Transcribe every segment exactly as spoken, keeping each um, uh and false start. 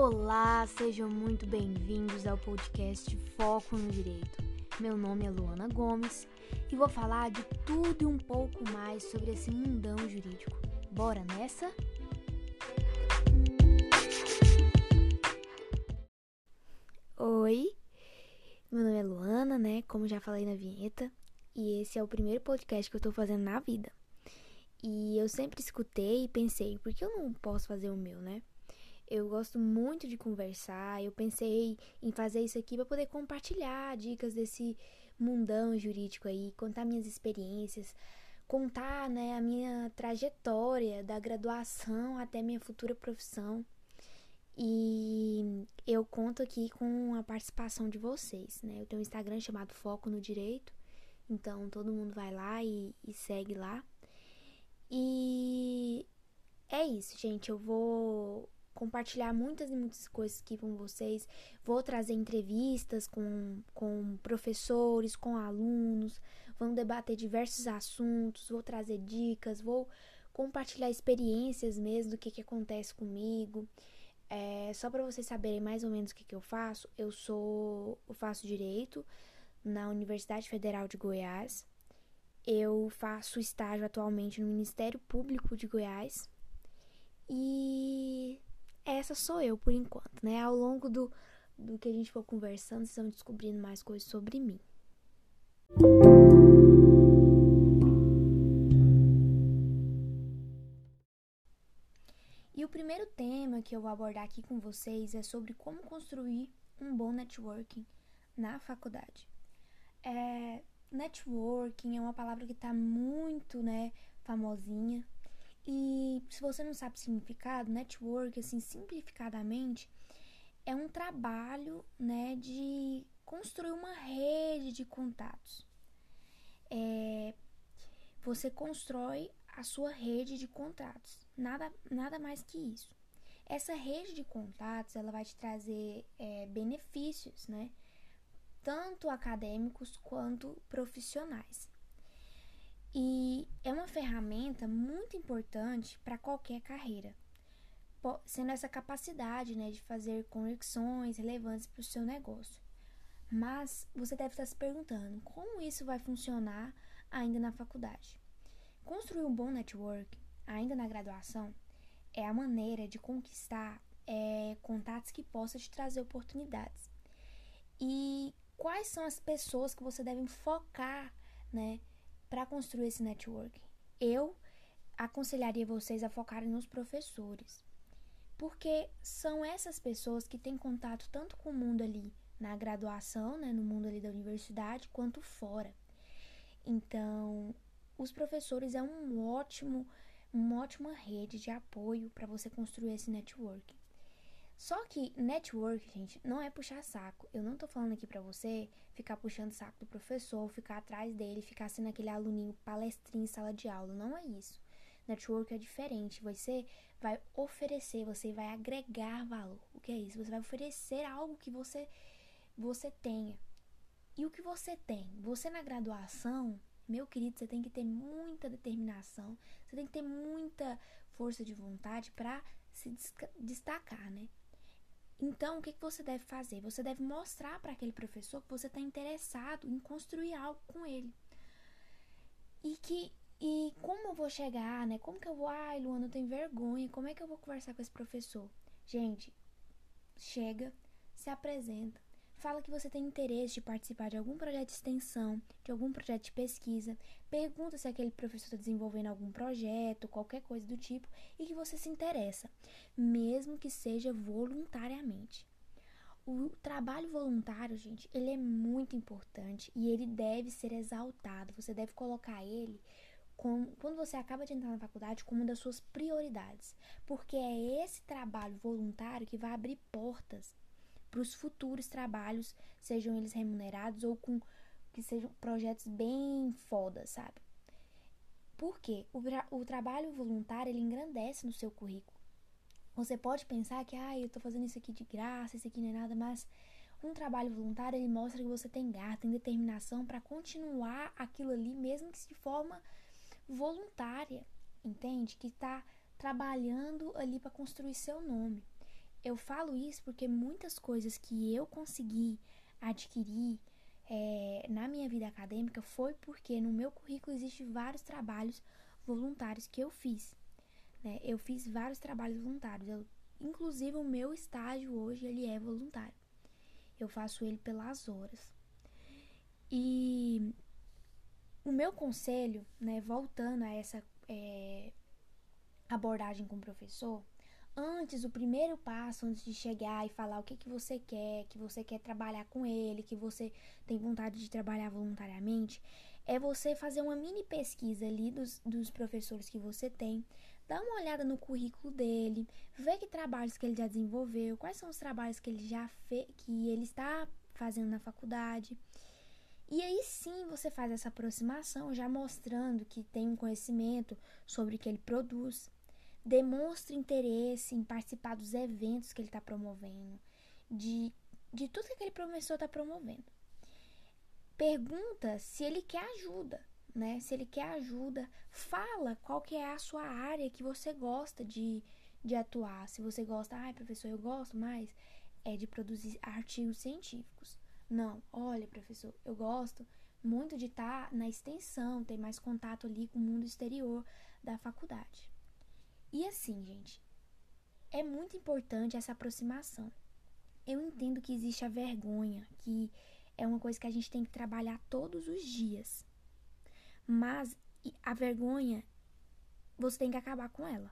Olá, sejam muito bem-vindos ao podcast Foco no Direito. Meu nome é Luana Gomes e vou falar de tudo e um pouco mais sobre esse mundão jurídico. Bora nessa? Oi, meu nome é Luana, né? Como já falei na vinheta, e esse é o primeiro podcast que eu tô fazendo na vida. E eu sempre escutei e pensei, por que eu não posso fazer o meu, né? Eu gosto muito de conversar, eu pensei em fazer isso aqui para poder compartilhar dicas desse mundão jurídico aí, contar minhas experiências, contar, né, a minha trajetória da graduação até minha futura profissão. E eu conto aqui com a participação de vocês, né? Eu tenho um Instagram chamado Foco no Direito, então todo mundo vai lá e, e segue lá. E é isso, gente, eu vou compartilhar muitas e muitas coisas aqui com vocês, vou trazer entrevistas com, com professores, com alunos, vamos debater diversos assuntos, vou trazer dicas, vou compartilhar experiências mesmo do que, que acontece comigo. É, só para vocês saberem mais ou menos o que, que eu faço, eu sou, eu faço Direito na Universidade Federal de Goiás, eu faço estágio atualmente no Ministério Público de Goiás, e essa sou eu por enquanto, né? Ao longo do, do que a gente for conversando, vocês vão descobrindo mais coisas sobre mim. E o primeiro tema que eu vou abordar aqui com vocês é sobre como construir um bom networking na faculdade. É, networking é uma palavra que está muito, né, famosinha. E se você não sabe o significado, network, assim, simplificadamente, é um trabalho, né, de construir uma rede de contatos. É, você constrói a sua rede de contatos, nada, nada mais que isso. Essa rede de contatos, ela vai te trazer é, benefícios, né, tanto acadêmicos quanto profissionais. E é uma ferramenta muito importante para qualquer carreira, sendo essa capacidade, né, de fazer conexões relevantes para o seu negócio. Mas você deve estar se perguntando, como isso vai funcionar ainda na faculdade? Construir um bom network, ainda na graduação, é a maneira de conquistar é, contatos que possam te trazer oportunidades. E quais são as pessoas que você deve focar, né, para construir esse networking? Eu aconselharia vocês a focarem nos professores, porque são essas pessoas que têm contato tanto com o mundo ali na graduação, né, no mundo ali da universidade, quanto fora. Então, os professores é um ótimo, uma ótima rede de apoio para você construir esse networking. Só que network, gente, não é puxar saco. Eu não tô falando aqui pra você ficar puxando saco do professor, ficar atrás dele, ficar sendo aquele aluninho palestrinho em sala de aula. Não é isso. Network é diferente. Você vai oferecer, você vai agregar valor. O que é isso? Você vai oferecer algo que você, você tenha. E o que você tem? Você na graduação, meu querido, você tem que ter muita determinação, você tem que ter muita força de vontade pra se destacar, né? Então, o que você deve fazer? Você deve mostrar para aquele professor que você está interessado em construir algo com ele. E que e como eu vou chegar, né? Como que eu vou... Ai, Luana, eu tenho vergonha. Como é que eu vou conversar com esse professor? Gente, chega, se apresenta. Fala que você tem interesse de participar de algum projeto de extensão, de algum projeto de pesquisa. Pergunta se aquele professor está desenvolvendo algum projeto, qualquer coisa do tipo, e que você se interessa, mesmo que seja voluntariamente. O trabalho voluntário, gente, ele é muito importante e ele deve ser exaltado. Você deve colocar ele, com, quando você acaba de entrar na faculdade, como uma das suas prioridades. Porque é esse trabalho voluntário que vai abrir portas para os futuros trabalhos, sejam eles remunerados ou com que sejam projetos bem foda, sabe? Por quê? O, o trabalho voluntário, ele engrandece no seu currículo. Você pode pensar que, ah, eu tô fazendo isso aqui de graça, isso aqui não é nada, mas um trabalho voluntário, ele mostra que você tem garra, tem determinação para continuar aquilo ali, mesmo que de forma voluntária, entende? Que tá trabalhando ali para construir seu nome. eu falo isso porque muitas coisas que eu consegui adquirir é, na minha vida acadêmica foi porque no meu currículo existem vários trabalhos voluntários que eu fiz, né? Eu fiz vários trabalhos voluntários, eu, inclusive o meu estágio hoje ele é voluntário. Eu faço ele pelas horas. E o meu conselho, né, voltando a essa é, abordagem com o professor, antes, o primeiro passo, antes de chegar e falar o que, que você quer, que você quer trabalhar com ele, que você tem vontade de trabalhar voluntariamente, é você fazer uma mini pesquisa ali dos, dos professores que você tem, dar uma olhada no currículo dele, ver que trabalhos que ele já desenvolveu, quais são os trabalhos que ele já fez, que ele está fazendo na faculdade. E aí sim você faz essa aproximação, já mostrando que tem um conhecimento sobre o que ele produz. Demonstre interesse em participar dos eventos que ele está promovendo, de, de tudo que aquele professor está promovendo. Pergunta se ele quer ajuda, né? Se ele quer ajuda, fala qual que é a sua área que você gosta de, de atuar. Se você gosta, ai, professor, eu gosto mais é de produzir artigos científicos. Não, olha, professor, eu gosto muito de estar na extensão, ter mais contato ali com o mundo exterior da faculdade. E assim, gente, é muito importante essa aproximação. Eu entendo que existe a vergonha, que é uma coisa que a gente tem que trabalhar todos os dias. Mas a vergonha, você tem que acabar com ela.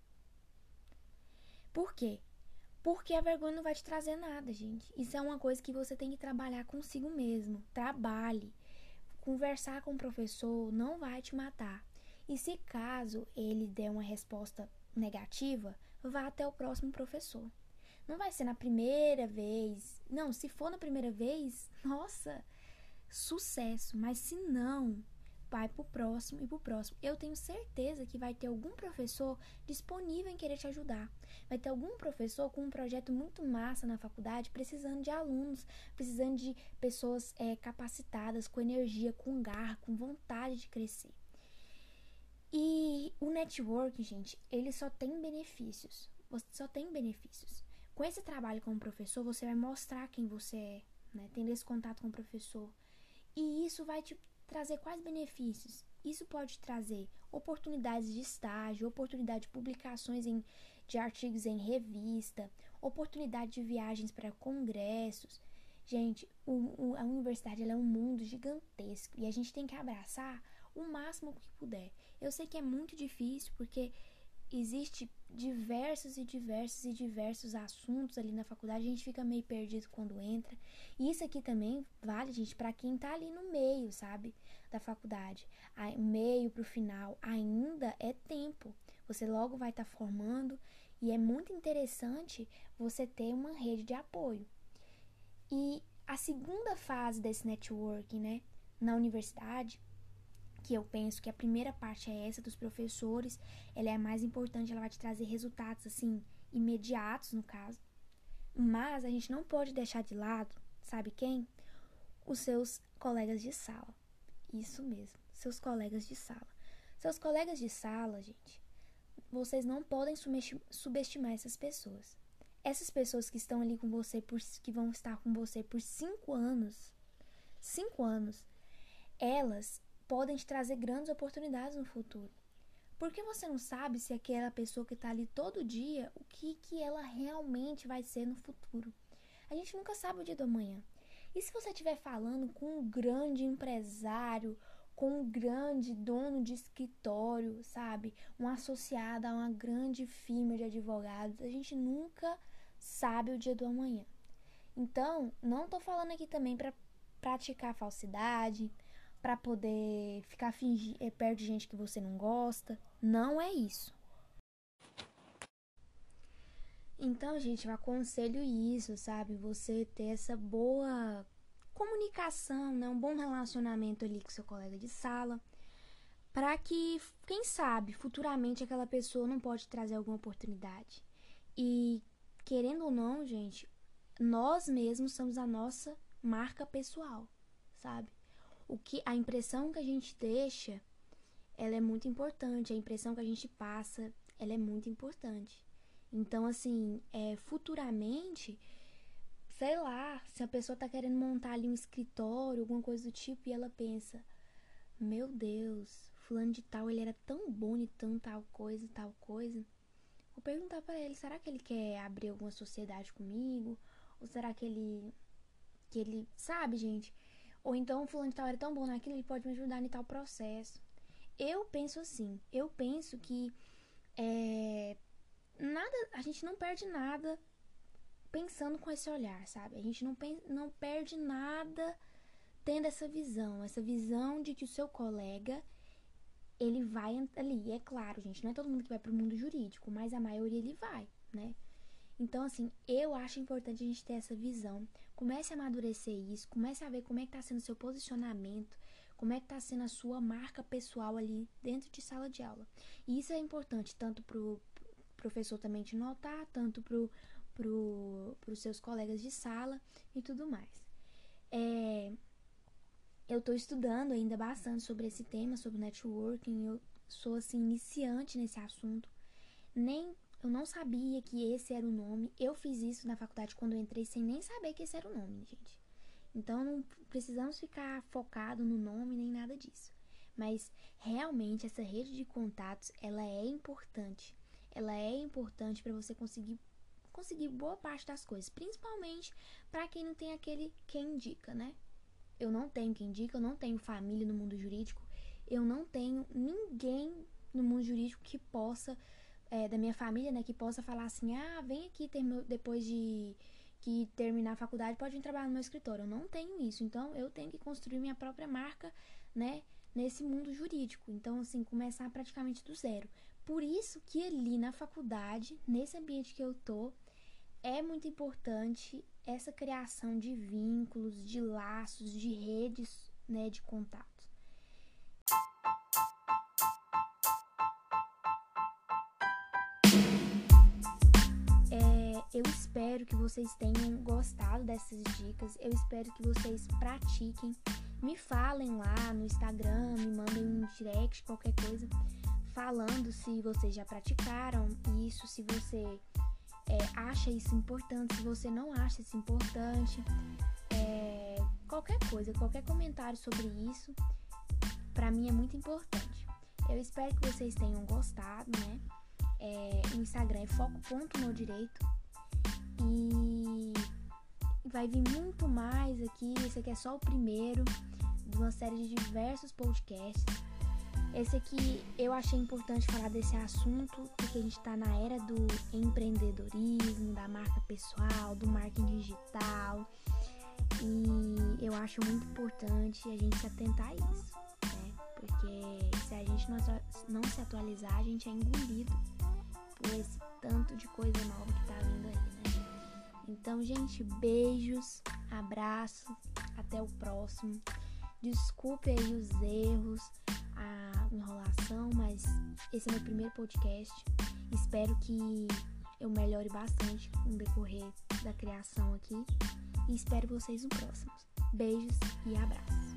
Por quê? Porque a vergonha não vai te trazer nada, gente. Isso é uma coisa que você tem que trabalhar consigo mesmo. Trabalhe. Conversar com o professor não vai te matar. E se caso ele der uma resposta negativa, vá até o próximo professor. Não vai ser na primeira vez. Não, se for na primeira vez, nossa, sucesso. Mas se não, vai pro próximo e pro próximo. Eu tenho certeza que vai ter algum professor disponível em querer te ajudar. Vai ter algum professor com um projeto muito massa na faculdade, precisando de alunos, precisando de pessoas é, capacitadas, com energia, com garra, com vontade de crescer. E o networking, gente, ele só tem benefícios. Você só tem benefícios. Com esse trabalho como professor, você vai mostrar quem você é, né? Tendo esse contato com o professor. E isso vai te trazer quais benefícios? Isso pode trazer oportunidades de estágio, oportunidade de publicações em, de artigos em revista, oportunidade de viagens para congressos. Gente, o, o, a universidade ela é um mundo gigantesco e a gente tem que abraçar o máximo que puder. Eu sei que é muito difícil porque existe diversos e diversos e diversos assuntos ali na faculdade, a gente fica meio perdido quando entra. E isso aqui também vale, gente, para quem tá ali no meio, sabe, da faculdade. Aí, meio pro final, ainda é tempo. Você logo vai estar tá formando e é muito interessante você ter uma rede de apoio. E a segunda fase desse networking, né, na universidade, que eu penso que a primeira parte é essa dos professores, ela é a mais importante, ela vai te trazer resultados, assim, imediatos, no caso. Mas a gente não pode deixar de lado, sabe quem? Os seus colegas de sala. Isso mesmo, seus colegas de sala. Seus colegas de sala, gente, vocês não podem subestimar essas pessoas. Essas pessoas que estão ali com você, por, que vão estar com você por cinco anos, cinco anos, elas podem te trazer grandes oportunidades no futuro. Porque você não sabe se aquela pessoa que está ali todo dia, o que, que ela realmente vai ser no futuro. A gente nunca sabe o dia do amanhã. E se você estiver falando com um grande empresário, com um grande dono de escritório, sabe? Um associado a uma grande firma de advogados, a gente nunca sabe o dia do amanhã. Então, não estou falando aqui também para praticar falsidade, para poder ficar fingir, é, perto de gente que você não gosta. Não é isso. Então, gente, eu aconselho isso, sabe? Você ter essa boa comunicação, né? Um bom relacionamento ali com seu colega de sala, para que, quem sabe, futuramente aquela pessoa não pode trazer alguma oportunidade. E, querendo ou não, gente, nós mesmos somos a nossa marca pessoal, sabe? O que, a impressão que a gente deixa, ela é muito importante. A impressão que a gente passa, ela é muito importante. Então, assim, é, futuramente, sei lá, se a pessoa tá querendo montar ali um escritório, alguma coisa do tipo, e ela pensa, meu Deus, fulano de tal, ele era tão bom e tão tal coisa, tal coisa. Vou perguntar pra ele, será que ele quer abrir alguma sociedade comigo? Ou será que ele, que ele, sabe, gente? Ou então, fulano de tal era tão bom naquilo, ele pode me ajudar em tal processo. Eu penso assim, eu penso que é, nada, a gente não perde nada pensando com esse olhar, sabe? A gente não, não perde nada tendo essa visão, essa visão de que o seu colega, ele vai ali. É claro, gente, não é todo mundo que vai pro mundo jurídico, mas a maioria ele vai, né? Então, assim, eu acho importante a gente ter essa visão. Comece a amadurecer isso, comece a ver como é que tá sendo o seu posicionamento, como é que tá sendo a sua marca pessoal ali dentro de sala de aula. E isso é importante tanto pro professor também te notar, tanto pro, pro, pros seus colegas de sala e tudo mais. É, eu tô estudando ainda bastante sobre esse tema, sobre networking. Eu sou, assim, iniciante nesse assunto. Nem... Eu não sabia que esse era o nome. Eu fiz isso na faculdade quando eu entrei sem nem saber que esse era o nome, gente. Então, não precisamos ficar focado no nome nem nada disso. Mas, realmente, essa rede de contatos, ela é importante. Ela é importante para você conseguir, conseguir boa parte das coisas. Principalmente para quem não tem aquele quem indica, né? Eu não tenho quem indica, eu não tenho família no mundo jurídico. Eu não tenho ninguém no mundo jurídico que possa... É, da minha família, né, que possa falar assim, ah, vem aqui ter meu, depois de que terminar a faculdade, pode vir trabalhar no meu escritório. Eu não tenho isso, então eu tenho que construir minha própria marca, né, nesse mundo jurídico. Então, assim, começar praticamente do zero. Por isso que ali na faculdade, nesse ambiente que eu tô, é muito importante essa criação de vínculos, de laços, de redes, né, de contato. Eu espero que vocês tenham gostado dessas dicas, eu espero que vocês pratiquem, me falem lá no Instagram, me mandem um direct, qualquer coisa, falando se vocês já praticaram isso, se você é, acha isso importante, se você não acha isso importante, é, qualquer coisa, qualquer comentário sobre isso, pra mim é muito importante. Eu espero que vocês tenham gostado, né? É, o Instagram é foco ponto no direito. E vai vir muito mais aqui. Esse aqui é só o primeiro de uma série de diversos podcasts. Esse aqui eu achei importante falar desse assunto, porque a gente está na era do empreendedorismo, da marca pessoal, do marketing digital. E eu acho muito importante a gente se atentar a isso, né? Porque se a gente não se atualizar, a gente é engolido por esse tanto de coisa nova que tá vindo aí, né? Então, gente, beijos, abraços, até o próximo. Desculpe aí os erros, a enrolação, mas esse é meu primeiro podcast. Espero que eu melhore bastante no decorrer da criação aqui. E espero vocês no próximo. Beijos e abraços.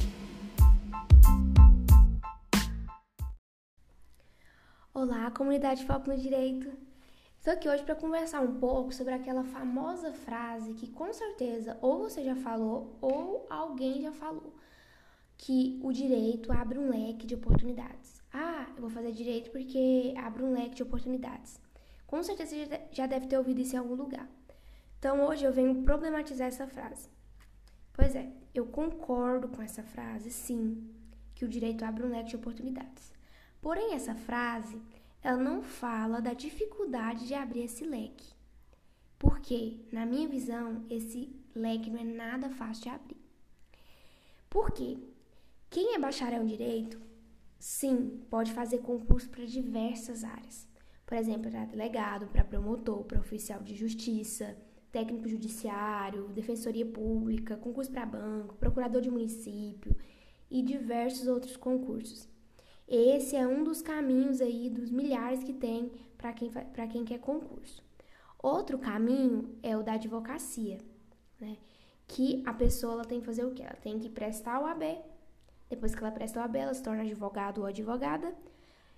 Olá, comunidade Foco no Direito. Estou aqui hoje para conversar um pouco sobre aquela famosa frase que com certeza ou você já falou ou alguém já falou, que o direito abre um leque de oportunidades. Ah, eu vou fazer direito porque abre um leque de oportunidades. Com certeza você já deve ter ouvido isso em algum lugar. Então hoje eu venho problematizar essa frase. Pois é, eu concordo com essa frase, sim, que o direito abre um leque de oportunidades. Porém, essa frase, ela não fala da dificuldade de abrir esse leque. Porque, na minha visão, esse leque não é nada fácil de abrir. Por quê? Quem é bacharel em direito, sim, pode fazer concurso para diversas áreas. Por exemplo, para delegado, para promotor, para oficial de justiça, técnico judiciário, defensoria pública, concurso para banco, procurador de município e diversos outros concursos. Esse é um dos caminhos aí, dos milhares que tem para quem, para quem quer concurso. Outro caminho é o da advocacia, né? Que a pessoa ela tem que fazer o quê? Ela tem que prestar o A B. Depois que ela presta o A B, ela se torna advogado ou advogada.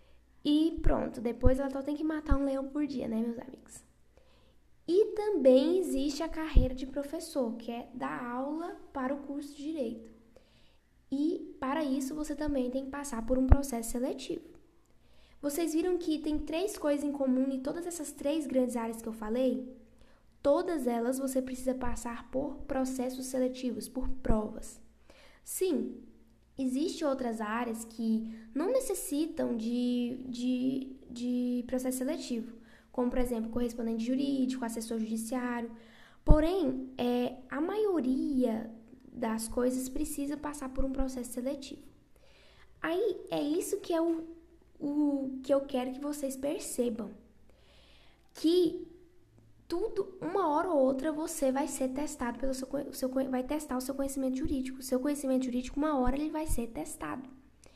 E pronto, depois ela só tem que matar um leão por dia, né, meus amigos? E também existe a carreira de professor, que é dar aula para o curso de Direito. E para isso você também tem que passar por um processo seletivo. Vocês viram que tem três coisas em comum em todas essas três grandes áreas que eu falei? Todas elas você precisa passar por processos seletivos, por provas. Sim, existem outras áreas que não necessitam de, de, de processo seletivo, como, por exemplo, correspondente jurídico, assessor judiciário. Porém, é, a maioria das coisas precisa passar por um processo seletivo. Aí, é isso que é o, o que eu quero que vocês percebam. Que tudo, uma hora ou outra, você vai ser testado pelo seu, seu vai testar o seu conhecimento jurídico. O seu conhecimento jurídico, uma hora, ele vai ser testado.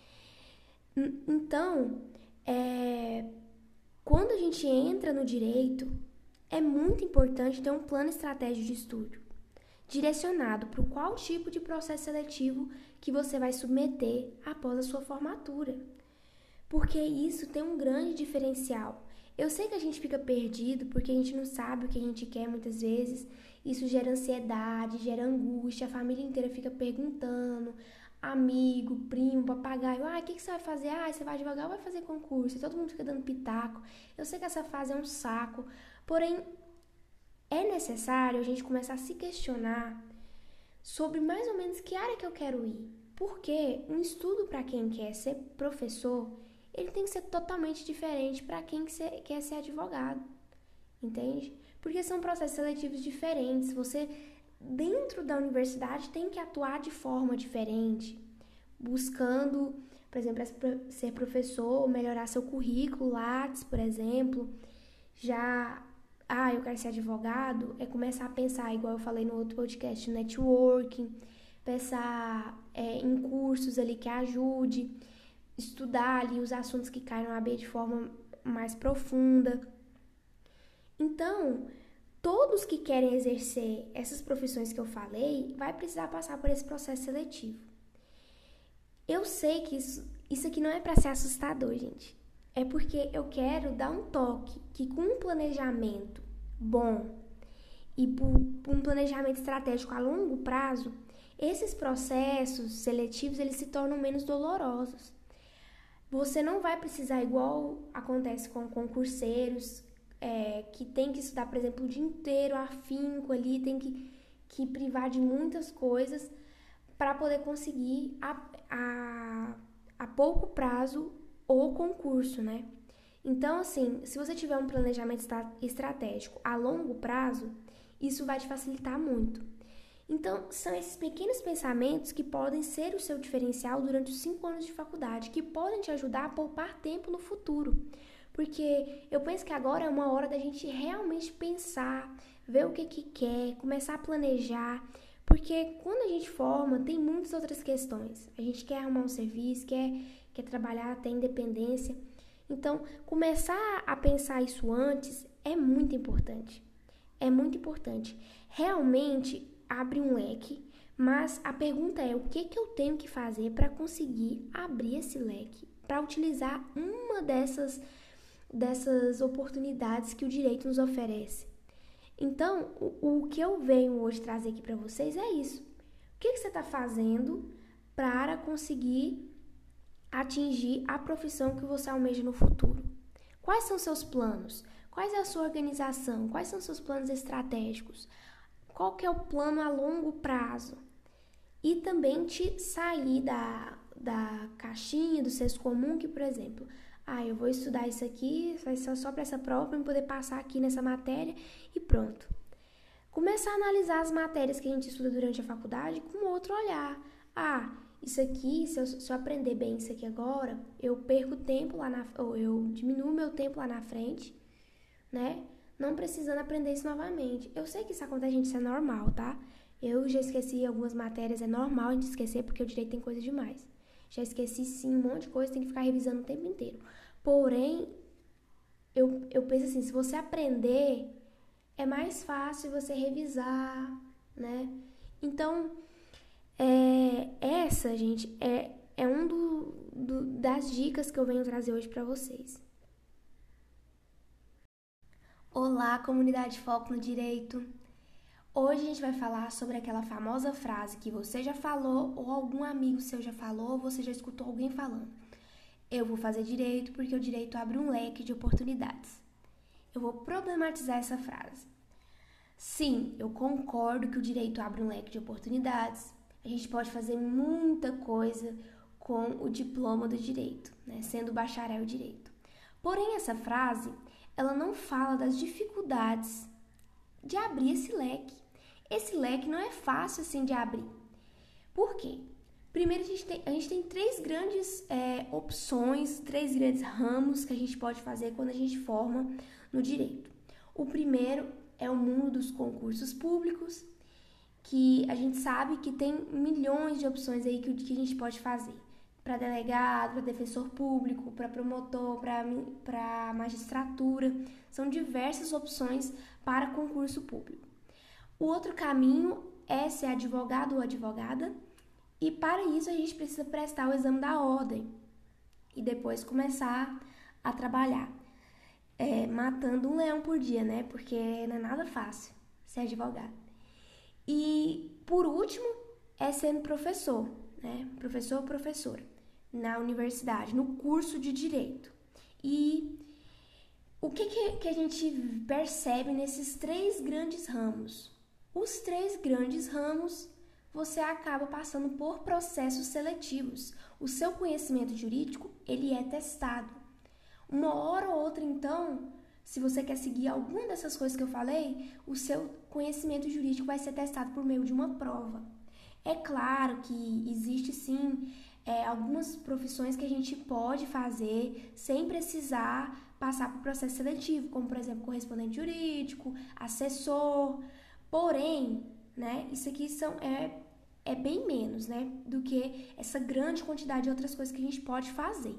Então, é, quando a gente entra no direito, é muito importante ter um plano estratégico de estudo, direcionado para qual tipo de processo seletivo que você vai submeter após a sua formatura. Porque isso tem um grande diferencial. Eu sei que a gente fica perdido porque a gente não sabe o que a gente quer muitas vezes. Isso gera ansiedade, gera angústia, a família inteira fica perguntando, amigo, primo, papagaio, ah, o que, que você vai fazer? Ah, você vai advogar ou vai fazer concurso? E todo mundo fica dando pitaco. Eu sei que essa fase é um saco, porém, é necessário a gente começar a se questionar sobre mais ou menos que área que eu quero ir. Porque um estudo para quem quer ser professor, ele tem que ser totalmente diferente para quem quer ser advogado, entende? Porque são processos seletivos diferentes. Você, dentro da universidade, tem que atuar de forma diferente, buscando, por exemplo, ser professor, melhorar seu currículo, Lattes, por exemplo. Já, ah, eu quero ser advogado, é começar a pensar, igual eu falei no outro podcast, networking, pensar é, em cursos ali que ajude, estudar ali os assuntos que caem no A B de forma mais profunda. Então, todos que querem exercer essas profissões que eu falei, vai precisar passar por esse processo seletivo. Eu sei que isso, isso aqui não é para ser assustador, gente. É porque eu quero dar um toque que com um planejamento bom e por um planejamento estratégico a longo prazo, esses processos seletivos, eles se tornam menos dolorosos. Você não vai precisar, igual acontece com concurseiros, é, que tem que estudar, por exemplo, o dia inteiro, afinco ali, tem que, que privar de muitas coisas para poder conseguir a, a, a pouco prazo o concurso, né? Então, assim, se você tiver um planejamento estratégico a longo prazo, isso vai te facilitar muito. Então, são esses pequenos pensamentos que podem ser o seu diferencial durante os cinco anos de faculdade, que podem te ajudar a poupar tempo no futuro. Porque eu penso que agora é uma hora da gente realmente pensar, ver o que, que quer, começar a planejar. Porque quando a gente forma, tem muitas outras questões. A gente quer arrumar um serviço, quer, quer trabalhar, ter independência. Então, começar a pensar isso antes é muito importante. É muito importante. Realmente abre um leque, mas a pergunta é o que, que eu tenho que fazer para conseguir abrir esse leque, para utilizar uma dessas, dessas oportunidades que o direito nos oferece. Então, o, o que eu venho hoje trazer aqui para vocês é isso. O que, que você está fazendo para conseguir atingir a profissão que você almeja no futuro? Quais são seus planos? Quais é a sua organização? Quais são seus planos estratégicos? Qual que é o plano a longo prazo? E também te sair da, da caixinha, do senso comum, que, por exemplo, ah, eu vou estudar isso aqui, vai ser só para essa prova, para poder passar aqui nessa matéria e pronto. Começar a analisar as matérias que a gente estuda durante a faculdade com outro olhar. Ah, isso aqui, se eu, se eu aprender bem isso aqui agora, eu perco tempo lá na... ou eu diminuo meu tempo lá na frente, né? Não precisando aprender isso novamente. Eu sei que isso acontece, gente, isso é normal, tá? Eu já esqueci algumas matérias, é normal a gente esquecer, porque o direito tem coisa demais. Já esqueci, sim, um monte de coisa, tem que ficar revisando o tempo inteiro. Porém, eu, eu penso assim, se você aprender, é mais fácil você revisar, né? Então, é, essa, gente, é, é um do, do, das dicas que eu venho trazer hoje para vocês. Olá, comunidade Foco no Direito! Hoje a gente vai falar sobre aquela famosa frase que você já falou, ou algum amigo seu já falou, ou você já escutou alguém falando. Eu vou fazer direito porque o direito abre um leque de oportunidades. Eu vou problematizar essa frase. Sim, eu concordo que o direito abre um leque de oportunidades. A gente pode fazer muita coisa com o diploma do direito, né, sendo bacharel em direito. Porém, essa frase, ela não fala das dificuldades de abrir esse leque. Esse leque não é fácil assim de abrir. Por quê? Primeiro, a gente tem, a gente tem três grandes é, opções, três grandes ramos que a gente pode fazer quando a gente forma no direito. O primeiro é o mundo dos concursos públicos, que a gente sabe que tem milhões de opções aí que, que a gente pode fazer. Para delegado, para defensor público, para promotor, para magistratura. São diversas opções para concurso público. O outro caminho é ser advogado ou advogada, e para isso a gente precisa prestar o exame da ordem e depois começar a trabalhar, é, matando um leão por dia, né? Porque não é nada fácil ser advogado. E por último é sendo professor, né? Professor ou professora na universidade, no curso de direito. E o que, que, que a gente percebe nesses três grandes ramos? Os três grandes ramos, você acaba passando por processos seletivos. O seu conhecimento jurídico, ele é testado. Uma hora ou outra, então, se você quer seguir alguma dessas coisas que eu falei, o seu conhecimento jurídico vai ser testado por meio de uma prova. É claro que existe, sim, é, algumas profissões que a gente pode fazer sem precisar passar por processo seletivo, como, por exemplo, correspondente jurídico, assessor. Porém, né, isso aqui são, é, é bem menos, né, do que essa grande quantidade de outras coisas que a gente pode fazer.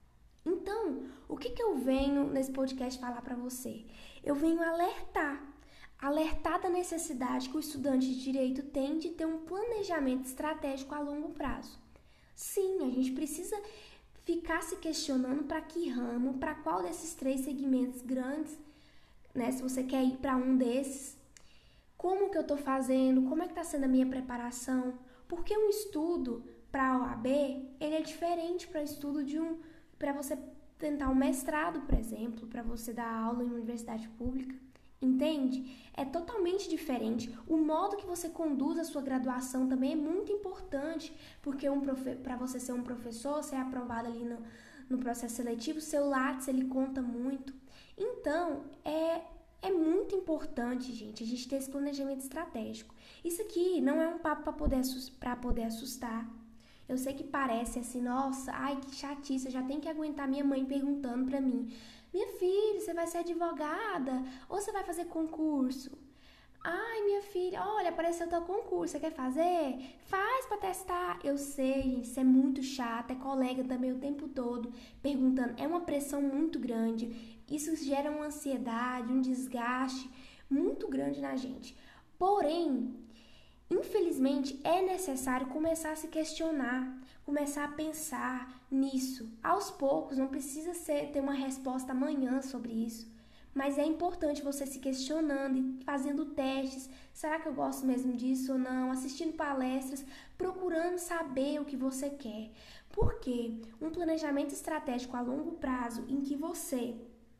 Então, o que, que eu venho nesse podcast falar para você? Eu venho alertar, alertar da necessidade que o estudante de direito tem de ter um planejamento estratégico a longo prazo. Sim, a gente precisa ficar se questionando para que ramo, para qual desses três segmentos grandes, né, se você quer ir para um desses, como que eu estou fazendo, como é que está sendo a minha preparação, porque um estudo para a O A B, ele é diferente para estudo de um, para você tentar um mestrado, por exemplo, para você dar aula em uma universidade pública, entende? É totalmente diferente. O modo que você conduz a sua graduação também é muito importante, porque um profe- para você ser um professor, ser aprovado ali no, no processo seletivo, seu Lattes, ele conta muito. Então, é... É muito importante, gente, a gente ter esse planejamento estratégico. Isso aqui não é um papo para poder, para poder assustar. Eu sei que parece assim, nossa, ai que chatice, eu já tenho que aguentar minha mãe perguntando para mim: minha filha, você vai ser advogada ou você vai fazer concurso? Ai, minha filha, olha, apareceu teu concurso, você quer fazer? Faz para testar. Eu sei, gente, isso é muito chato, é colega também o tempo todo perguntando. É uma pressão muito grande. Isso gera uma ansiedade, um desgaste muito grande na gente. Porém, infelizmente, é necessário começar a se questionar, começar a pensar nisso. Aos poucos, não precisa ser, ter uma resposta amanhã sobre isso. Mas é importante você se questionando e fazendo testes. Será que eu gosto mesmo disso ou não? Assistindo palestras, procurando saber o que você quer. Por quê? Um planejamento estratégico a longo prazo em que você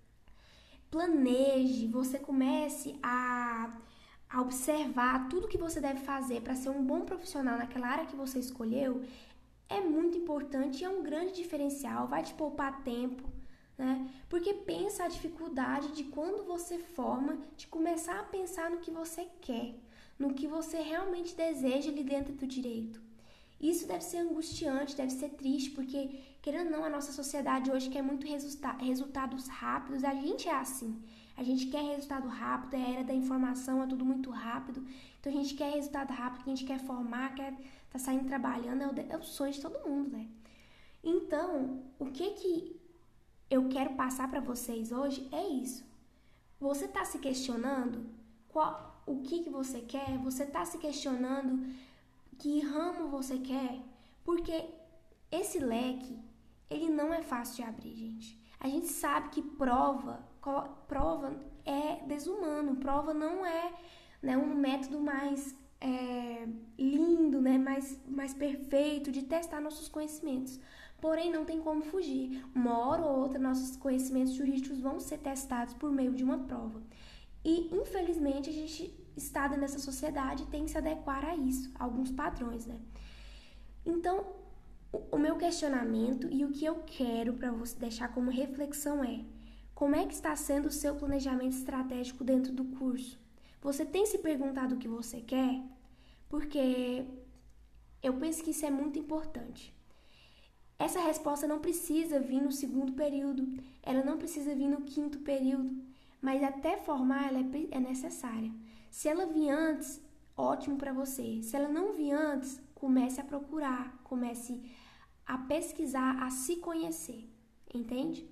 planeje, você comece a, a observar tudo que você deve fazer para ser um bom profissional naquela área que você escolheu, é muito importante e é um grande diferencial, vai te poupar tempo, né? Porque pensa a dificuldade de quando você forma, de começar a pensar no que você quer, no que você realmente deseja ali dentro do direito. Isso deve ser angustiante, deve ser triste, porque, querendo ou não, a nossa sociedade hoje quer muito resulta- resultados rápidos. A gente é assim. A gente quer resultado rápido, é a era da informação, é tudo muito rápido. Então, a gente quer resultado rápido, a gente quer formar, quer tá saindo trabalhando, é o, de- é o sonho de todo mundo, né? Então, o que que eu quero passar para vocês hoje é isso. Você tá se questionando qual, o que que você quer? Você tá se questionando que ramo você quer? Porque esse leque, ele não é fácil de abrir, gente. A gente sabe que prova, prova é desumano, prova não é, né, um método mais é, lindo, né, mais, mais perfeito de testar nossos conhecimentos. Porém, não tem como fugir. Uma hora ou outra, nossos conhecimentos jurídicos vão ser testados por meio de uma prova. E, infelizmente, a gente está nessa sociedade e tem que se adequar a isso, a alguns padrões, né? Então, o meu questionamento e o que eu quero para você deixar como reflexão é: como é que está sendo o seu planejamento estratégico dentro do curso? Você tem se perguntado o que você quer? Porque eu penso que isso é muito importante. Essa resposta não precisa vir no segundo período, ela não precisa vir no quinto período, mas até formar ela é necessária. Se ela vir antes, ótimo para você. Se ela não vir antes, comece a procurar, comece a pesquisar, a se conhecer, entende?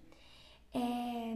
É,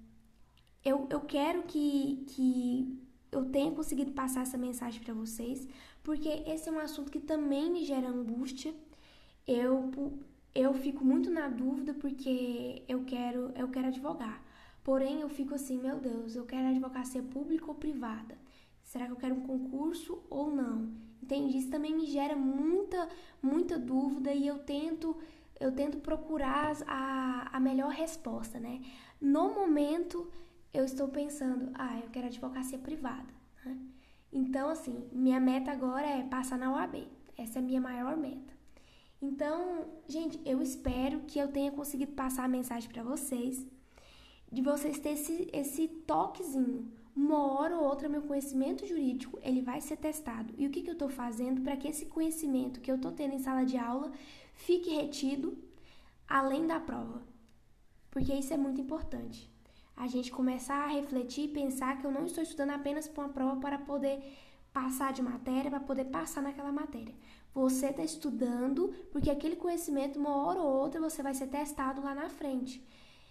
eu, eu quero que, que eu tenha conseguido passar essa mensagem para vocês, porque esse é um assunto que também me gera angústia. Eu, eu fico muito na dúvida porque eu quero, eu quero advogar. Porém, eu fico assim, meu Deus, eu quero advocacia pública ou privada? Será que eu quero um concurso ou não? Entende? Isso também me gera muita, muita dúvida e eu tento, eu tento procurar a, a melhor resposta, né? No momento, eu estou pensando, ah, eu quero advocacia privada, né? Então, assim, minha meta agora é passar na O A B. Essa é a minha maior meta. Então, gente, eu espero que eu tenha conseguido passar a mensagem para vocês, de vocês terem esse, esse toquezinho. Uma hora ou outra, meu conhecimento jurídico, ele vai ser testado. E o que, que eu estou fazendo para que esse conhecimento que eu estou tendo em sala de aula fique retido além da prova? Porque isso é muito importante. A gente começar a refletir e pensar que eu não estou estudando apenas para uma prova para poder passar de matéria, para poder passar naquela matéria. Você está estudando porque aquele conhecimento, uma hora ou outra, você vai ser testado lá na frente.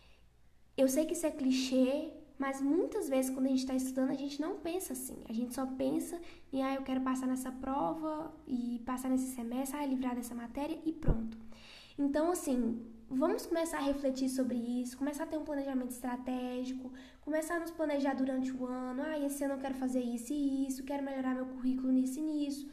Eu sei que isso é clichê, mas muitas vezes quando a gente está estudando, a gente não pensa assim. A gente só pensa em, ah, eu quero passar nessa prova e passar nesse semestre, ah, livrar dessa matéria e pronto. Então, assim, vamos começar a refletir sobre isso, começar a ter um planejamento estratégico, começar a nos planejar durante o ano. Ah, esse ano eu quero fazer isso e isso, quero melhorar meu currículo nisso e nisso.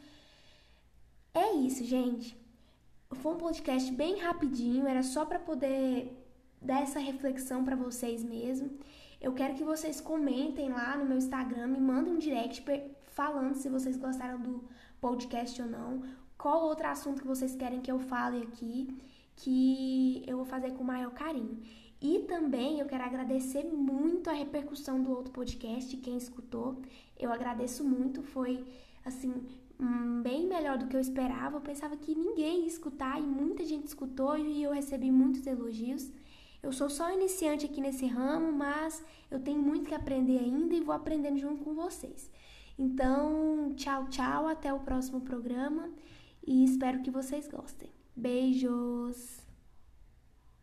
É isso, gente. Foi um podcast bem rapidinho, era só para poder dar essa reflexão para vocês mesmo. Eu quero que vocês comentem lá no meu Instagram, me mandem um direct falando se vocês gostaram do podcast ou não, qual outro assunto que vocês querem que eu fale aqui, que eu vou fazer com o maior carinho. E também eu quero agradecer muito a repercussão do outro podcast, quem escutou. Eu agradeço muito, foi assim, bem melhor do que eu esperava. Eu pensava que ninguém ia escutar e muita gente escutou e eu recebi muitos elogios. Eu sou só iniciante aqui nesse ramo, mas eu tenho muito que aprender ainda e vou aprendendo junto com vocês. Então, tchau, tchau, até o próximo programa e espero que vocês gostem. Beijos!